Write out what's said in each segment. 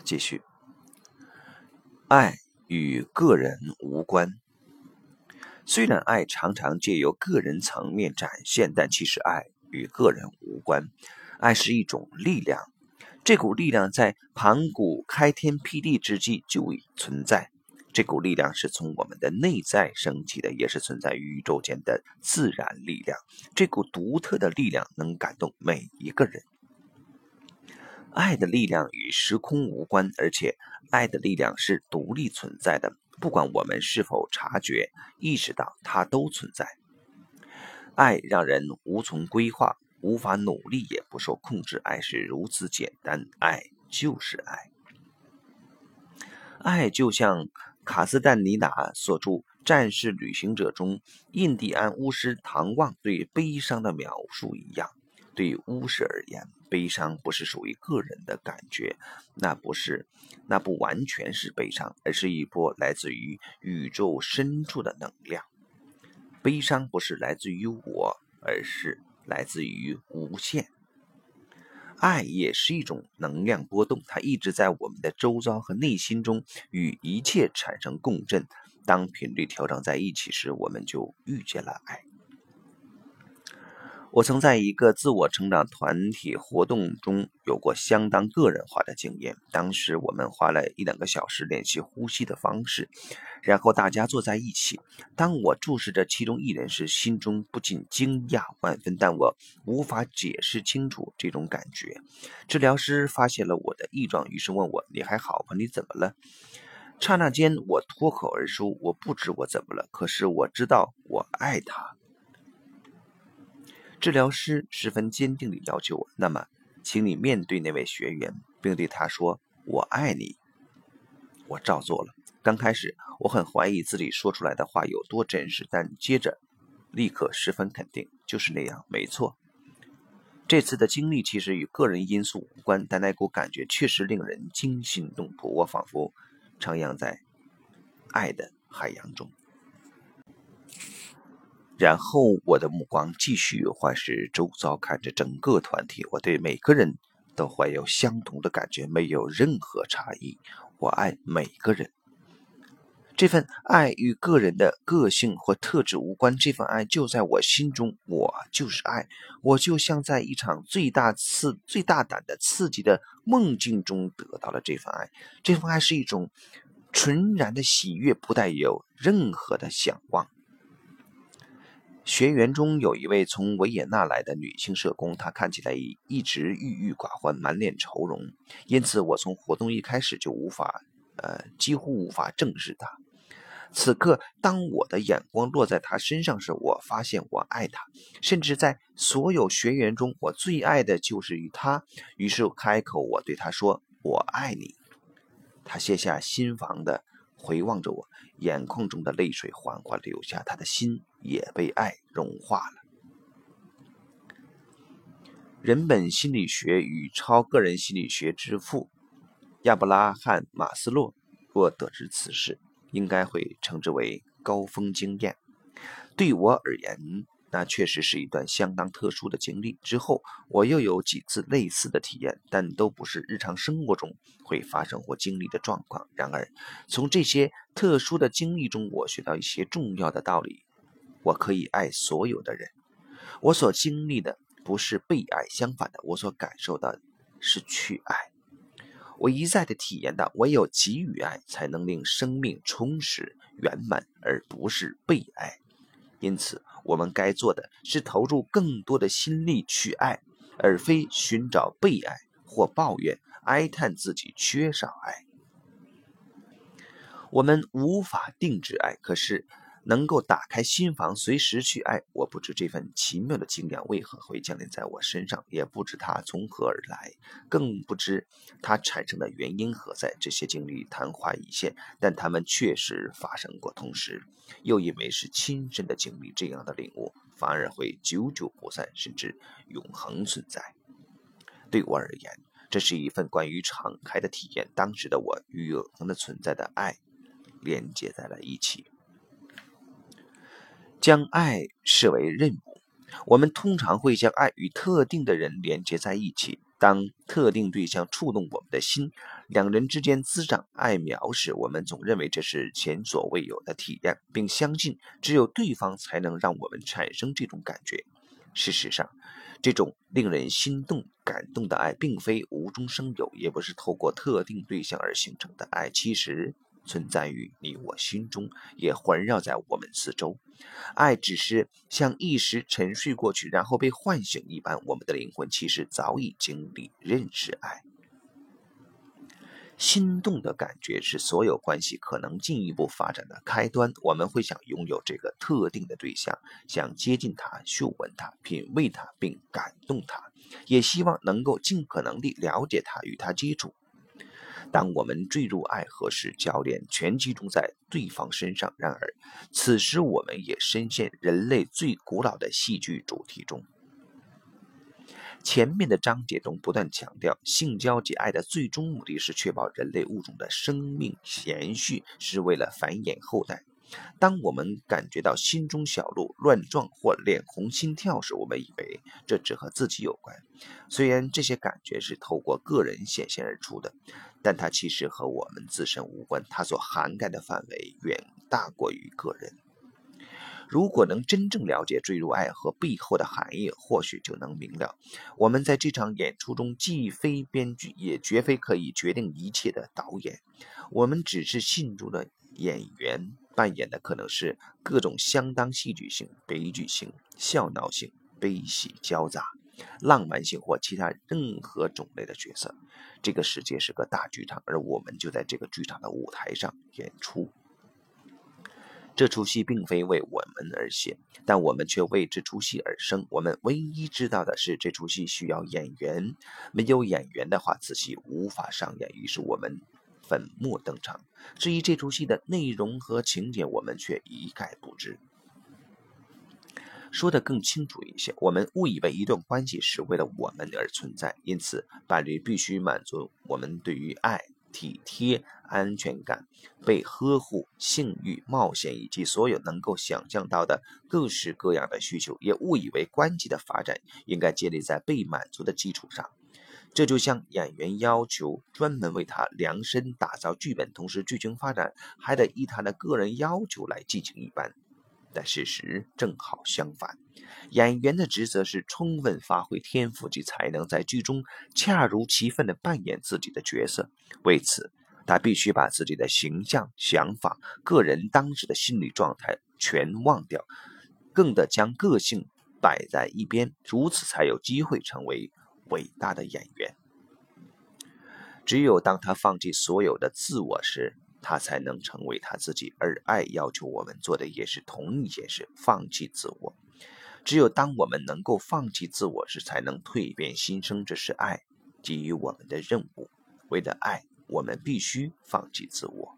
继续，爱与个人无关。虽然爱常常借由个人层面展现，但其实爱与个人无关。爱是一种力量，这股力量在盘古开天辟地之际就已存在。这股力量是从我们的内在升起的，也是存在于宇宙间的自然力量。这股独特的力量能感动每一个人。爱的力量与时空无关，而且爱的力量是独立存在的，不管我们是否察觉、意识到，它都存在。爱让人无从规划，无法努力，也不受控制。爱是如此简单，爱就是爱。爱就像卡斯坦尼娜所著《战士旅行者》中印第安巫师唐望对悲伤的描述一样。对于巫师而言，悲伤不是属于个人的感觉，那不完全是悲伤，而是一波来自于宇宙深处的能量。悲伤不是来自于我，而是来自于无限。爱也是一种能量波动，它一直在我们的周遭和内心中与一切产生共振。当频率调整在一起时，我们就遇见了爱。我曾在一个自我成长团体活动中有过相当个人化的经验。当时我们花了1-2个小时练习呼吸的方式，然后大家坐在一起。当我注视着其中一人时，心中不禁惊讶万分，但我无法解释清楚这种感觉。治疗师发现了我的异状，于是问我：“你还好吗？你怎么了？”刹那间我脱口而出：“我不知我怎么了，可是我知道我爱他。”治疗师十分坚定地要求我：“那么，请你面对那位学员，并对他说，我爱你。”我照做了。刚开始，我很怀疑自己说出来的话有多真实，但接着立刻十分肯定，就是那样，没错。这次的经历其实与个人因素无关，但那股感觉确实令人惊心动魄。我仿佛徜徉在爱的海洋中。然后我的目光继续环视周遭，看着整个团体。我对每个人都怀有相同的感觉，没有任何差异。我爱每个人。这份爱与个人的个性或特质无关，这份爱就在我心中。我就是爱。我就像在一场最大胆的刺激的梦境中得到了这份爱。这份爱是一种纯然的喜悦，不带有任何的想望。学员中有一位从维也纳来的女性社工，她看起来一直郁郁寡欢，满脸愁容，因此我从活动一开始就几乎无法正视她。此刻，当我的眼光落在她身上时，我发现我爱她，甚至在所有学员中，我最爱的就是她。于是我开口，我对她说：“我爱你。”她卸下心防的回望着我，眼眶中的泪水缓缓流下，她的心也被爱融化了。人本心理学与超个人心理学之父亚伯拉罕·马斯洛若得知此事，应该会称之为高峰经验。对我而言，那确实是一段相当特殊的经历。之后我又有几次类似的体验，但都不是日常生活中会发生或经历的状况。然而从这些特殊的经历中，我学到一些重要的道理。我可以爱所有的人。我所经历的不是被爱，相反的，我所感受到的是去爱。我一再的体验到，唯有给予爱才能令生命充实圆满，而不是被爱。因此我们该做的是投入更多的心力去爱，而非寻找被爱或抱怨哀叹自己缺少爱。我们无法定制爱，可是能够打开心房随时去爱。我不知这份奇妙的经验为何会降临在我身上，也不知它从何而来，更不知它产生的原因何在。这些经历昙花一现，但它们确实发生过。同时又因为是亲身的经历，这样的领悟反而会久久不散，甚至永恒存在。对我而言，这是一份关于敞开的体验。当时的我与永恒的存在的爱连接在了一起。将爱视为任务，我们通常会将爱与特定的人连接在一起。 当特定对象触动我们的心，两人之间滋长爱苗时，我们总认为这是前所未有的体验，并相信只有对方才能让我们产生这种感觉。事实上，这种令人心动感动的爱并非无中生有，也不是透过特定对象而形成的爱，其实存在于你我心中，也环绕在我们四周。爱只是像一时沉睡过去，然后被唤醒一般，我们的灵魂其实早已经历认识爱。心动的感觉是所有关系可能进一步发展的开端，我们会想拥有这个特定的对象，想接近他，嗅闻他，品味他，并感动他，也希望能够尽可能地了解他，与他接触。当我们坠入爱河时，焦点全集中在对方身上，然而此时我们也深陷人类最古老的戏剧主题中。前面的章节中不断强调，性交及爱的最终目的是确保人类物种的生命延续，是为了繁衍后代。当我们感觉到心中小鹿乱撞或脸红心跳时，我们以为这只和自己有关。虽然这些感觉是透过个人显现而出的，但它其实和我们自身无关，它所涵盖的范围远大过于个人。如果能真正了解坠入爱河背后的含义，或许就能明了，我们在这场演出中既非编剧，也绝非可以决定一切的导演。我们只是戏中的演员，扮演的可能是各种相当戏剧性、悲剧性、笑闹性、悲喜交杂、浪漫性或其他任何种类的角色。这个世界是个大剧场，而我们就在这个剧场的舞台上演出。这出戏并非为我们而写，但我们却为这出戏而生。我们唯一知道的是，这出戏需要演员，没有演员的话，此戏无法上演。于是我们粉墨登场。至于这出戏的内容和情节，我们却一概不知。说得更清楚一些，我们误以为一段关系是为了我们而存在，因此伴侣必须满足我们对于爱、体贴、安全感、被呵护、性欲、冒险以及所有能够想象到的各式各样的需求，也误以为关系的发展应该建立在被满足的基础上。这就像演员要求专门为他量身打造剧本，同时剧情发展还得依他的个人要求来进行一般。但事实正好相反，演员的职责是充分发挥天赋及才能，在剧中恰如其分地扮演自己的角色。为此，他必须把自己的形象、想法、个人当时的心理状态全忘掉，更得将个性摆在一边，如此才有机会成为伟大的演员。只有当他放弃所有的自我时，他才能成为他自己，而爱要求我们做的也是同一件事，放弃自我。只有当我们能够放弃自我时，才能蜕变新生，这是爱给予我们的任务。为了爱，我们必须放弃自我。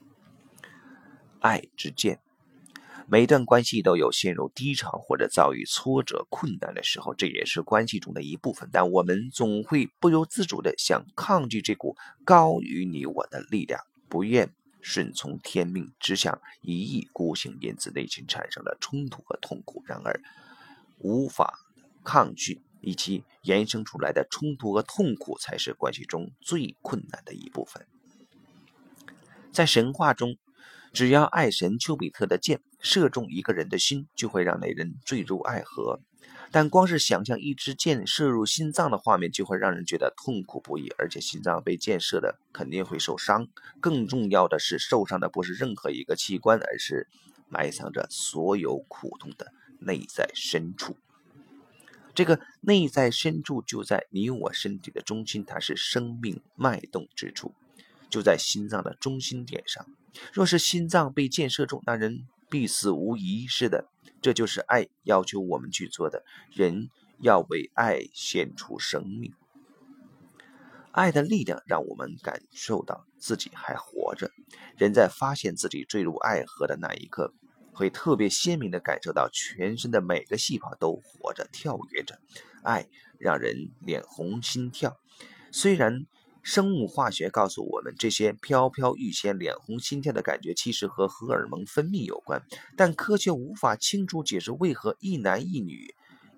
爱之剑。每段关系都有陷入低潮或者遭遇挫折困难的时候，这也是关系中的一部分，但我们总会不由自主地想抗拒这股高于你我的力量，不愿顺从天命，只想一意孤行，因此内心产生了冲突和痛苦。然而无法抗拒以及延伸出来的冲突和痛苦才是关系中最困难的一部分。在神话中，只要爱神丘比特的箭射中一个人的心，就会让那人坠入爱河。但光是想象一支箭射入心脏的画面，就会让人觉得痛苦不已，而且心脏被箭射的肯定会受伤。更重要的是，受伤的不是任何一个器官，而是埋藏着所有苦痛的内在深处。这个内在深处就在你我身体的中心，它是生命脉动之处，就在心脏的中心点上。若是心脏被箭射中，那人必死无疑。是的，这就是爱要求我们去做的，人要为爱献出生命。爱的力量让我们感受到自己还活着。人在发现自己坠入爱河的那一刻，会特别鲜明地感受到全身的每个细胞都活着跳跃着。爱让人脸红心跳，虽然生物化学告诉我们，这些飘飘欲仙、脸红心跳的感觉其实和荷尔蒙分泌有关，但科学无法清楚解释为何一男一女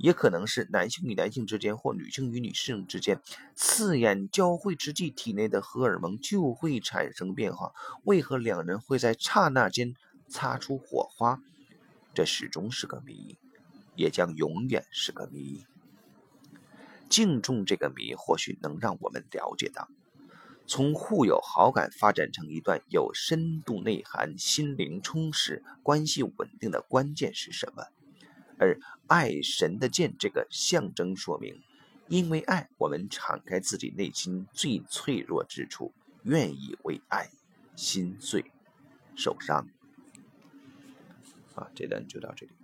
也可能是男性与男性之间或女性与女性之间，刺眼交汇之际，体内的荷尔蒙就会产生变化。为何两人会在刹那间擦出火花？这始终是个谜，也将永远是个谜。敬重这个谜，或许能让我们了解到，从互有好感发展成一段有深度内涵、心灵充实、关系稳定的关键是什么？而爱神的剑这个象征说明，因为爱，我们敞开自己内心最脆弱之处，愿意为爱心碎受伤。这段就到这里。